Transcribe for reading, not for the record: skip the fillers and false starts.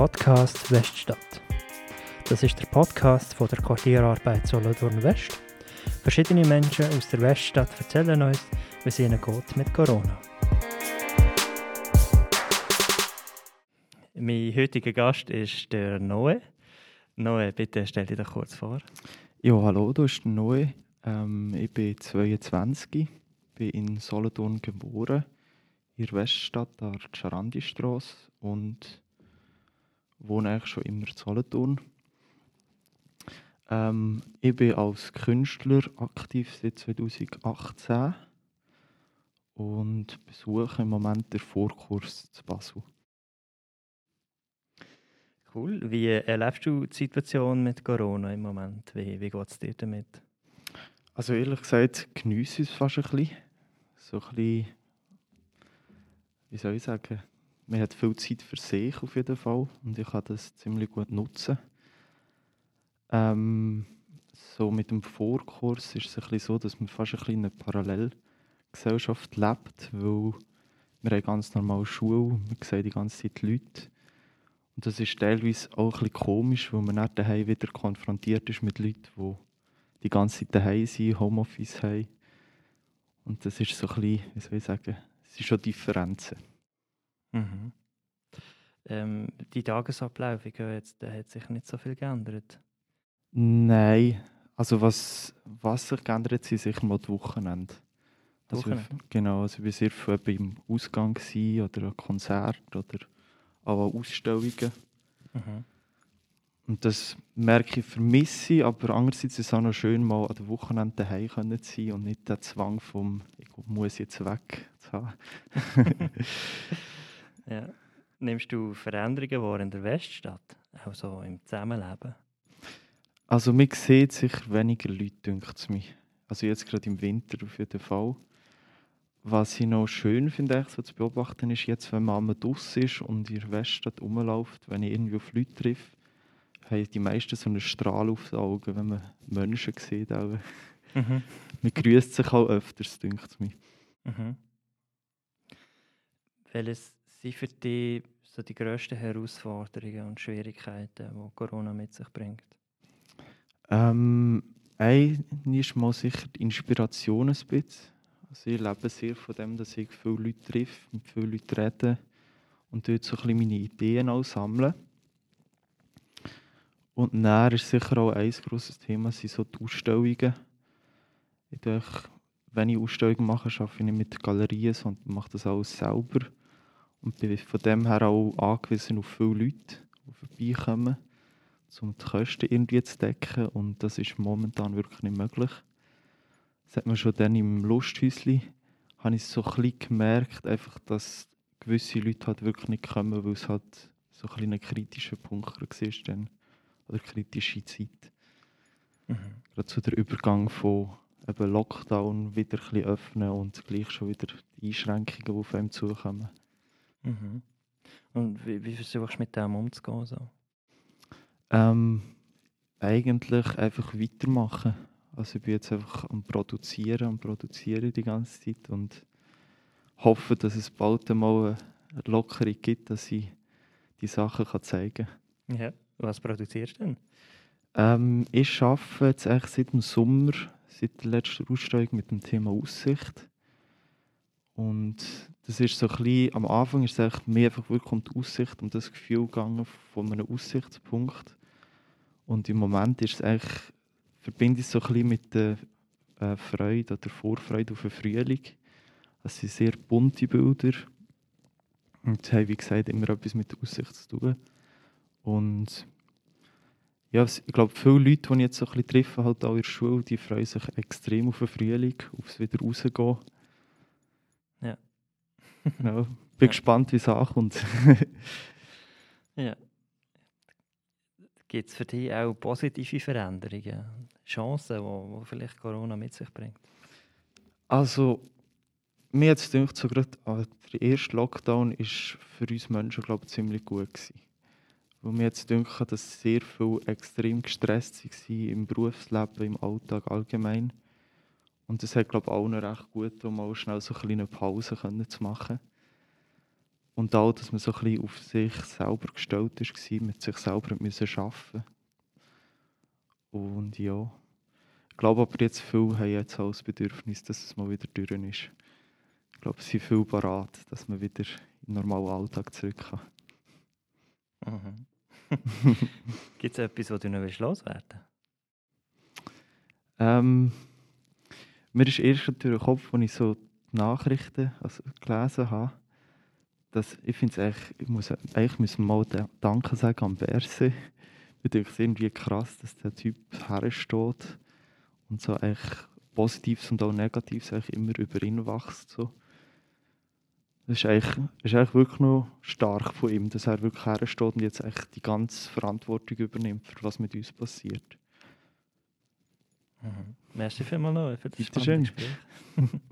Podcast Weststadt. Das ist der Podcast von der Quartierarbeit Solothurn West. Verschiedene Menschen aus der Weststadt erzählen uns, wie es ihnen geht mit Corona. Mein heutiger Gast ist der Noe. Noe, bitte stell dich doch kurz vor. Ja, hallo, du bist Noe. Ich bin 22, bin in Solothurn geboren, in der Weststadt an der Charandi-Strasse und wohne eigentlich schon immer in Solothurn. Ich bin als Künstler aktiv seit 2018 und besuche im Moment den Vorkurs zu Basel. Cool. Wie erlebst du die Situation mit Corona im Moment? Wie geht es dir damit? Also ehrlich gesagt geniesse ich es fast ein bisschen. So ein bisschen, wie soll ich sagen, man hat viel Zeit für sich auf jeden Fall und ich kann das ziemlich gut nutzen. So mit dem Vorkurs ist es ein bisschen so, dass man fast ein bisschen in einer Parallelgesellschaft lebt, weil wir haben ganz normal Schule, wir sehen die ganze Zeit Leute. Und das ist teilweise auch ein bisschen komisch, weil man nicht daheim wieder konfrontiert ist mit Leuten, die die ganze Zeit daheim sind, Homeoffice haben. Und das ist so ein bisschen, wie soll ich sagen, es sind schon Differenzen. Mhm. Die Tagesabläufe, da hat sich nicht so viel geändert. Nein, also was sich geändert hat, sind sicher mal die Wochenende. Also ich war sehr viel beim Ausgang oder an Konzert oder an Ausstellungen. Mhm. Und das merke ich, vermisse ich, aber andererseits ist es auch noch schön, mal an den Wochenenden daheim zu sein und nicht den Zwang vom «Ich muss jetzt weg» zu haben. Ja. Nimmst du Veränderungen wahr in der Weststadt, auch so im Zusammenleben? Also man sieht sicher weniger Leute, denkt es mir. Also jetzt gerade im Winter auf jeden Fall. Was ich noch schön finde, so zu beobachten, ist jetzt, wenn man einmal draussen ist und in der Weststadt rumläuft, wenn ich irgendwie auf Leute treffe, haben die meisten so einen Strahl auf den Augen, wenn man Menschen sieht. Auch. Mhm. Man grüßt sich auch öfters, denkt es mir. Mhm. Welches sind für dich so die grössten Herausforderungen und Schwierigkeiten, die Corona mit sich bringt? Eine ist mal sicher die Inspiration ein bisschen. Also ich lebe sehr von dem, dass ich viele Leute treffe, mit vielen Leuten rede und dort so ein bisschen meine Ideen auch sammle. Und dann ist sicher auch ein grosses Thema sind so die Ausstellungen. Wenn ich Ausstellungen mache, arbeite ich nicht mit Galerien, sondern mache das alles selber. Und bin von dem her auch angewiesen auf viele Leute, die vorbeikommen, um die Kosten irgendwie zu decken. Und das ist momentan wirklich nicht möglich. Das hat man schon dann im Lusthäuschen, habe ich so ein bisschen gemerkt, einfach, dass gewisse Leute halt wirklich nicht kommen, weil es halt so ein bisschen ein kritischer Punkt war dann. Oder kritische Zeit. Mhm. Gerade zu der Übergang von eben Lockdown wieder ein bisschen öffnen und gleich schon wieder die Einschränkungen, die auf einem zukommen. Mhm. Und wie versuchst du mit dem umzugehen? So? Eigentlich einfach weitermachen. Also ich bin jetzt einfach am Produzieren die ganze Zeit und hoffe, dass es bald einmal eine Lockerung gibt, dass ich die Sachen zeigen kann. Ja. Was produzierst du denn? Ich arbeite jetzt eigentlich seit dem Sommer, seit der letzten Ausstellung mit dem Thema Aussicht. Und das ist so ein bisschen, am Anfang ist es eigentlich mehr einfach wirklich um die Aussicht, um das Gefühl gegangen von einem Aussichtspunkt. Und im Moment ist es eigentlich, verbinde ich es so ein bisschen mit der Freude oder Vorfreude auf den Frühling. Es sind sehr bunte Bilder. Und es haben, wie gesagt, immer etwas mit der Aussicht zu tun. Und ja, ich glaube, viele Leute, die ich jetzt so ein bisschen treffe, halt auch in der Schule, die freuen sich extrem auf den Frühling, aufs wieder rausgehen. Ja. Ja, bin gespannt, wie es ankommt. Ja. Gibt es für dich auch positive Veränderungen, Chancen, die vielleicht Corona mit sich bringt? Also, mir hat es gedacht, so gerade der erste Lockdown war für uns Menschen, glaube ich, ziemlich gut gewesen. Weil mir jetzt gedacht, dass sehr viele extrem gestresst waren im Berufsleben, im Alltag allgemein. Und das hat, glaube ich, allen recht gut, um mal schnell so eine kleine Pause zu machen. Und auch, dass man so ein bisschen auf sich selber gestellt war, mit sich selber müssen arbeiten. Und ja, ich glaube aber jetzt viele haben jetzt auch das Bedürfnis, dass es mal wieder durch ist. Ich glaube, sie sind viel bereit, dass man wieder in den normalen Alltag zurück kann. Mhm. Gibt es etwas, was du noch loswerden mir ist erst durch den Kopf, als ich so die Nachrichten gelesen habe, dass ich finde es eigentlich müssen wir mal Danke sagen am Berse. Ich finde es irgendwie krass, dass der Typ hersteht und so eigentlich Positives und auch Negatives eigentlich immer über ihn wächst. So. Das ist eigentlich wirklich noch stark von ihm, dass er wirklich hersteht und jetzt eigentlich die ganze Verantwortung übernimmt, für was mit uns passiert. Merci vielmals noch für das Bitte schön. spannende Gespräch.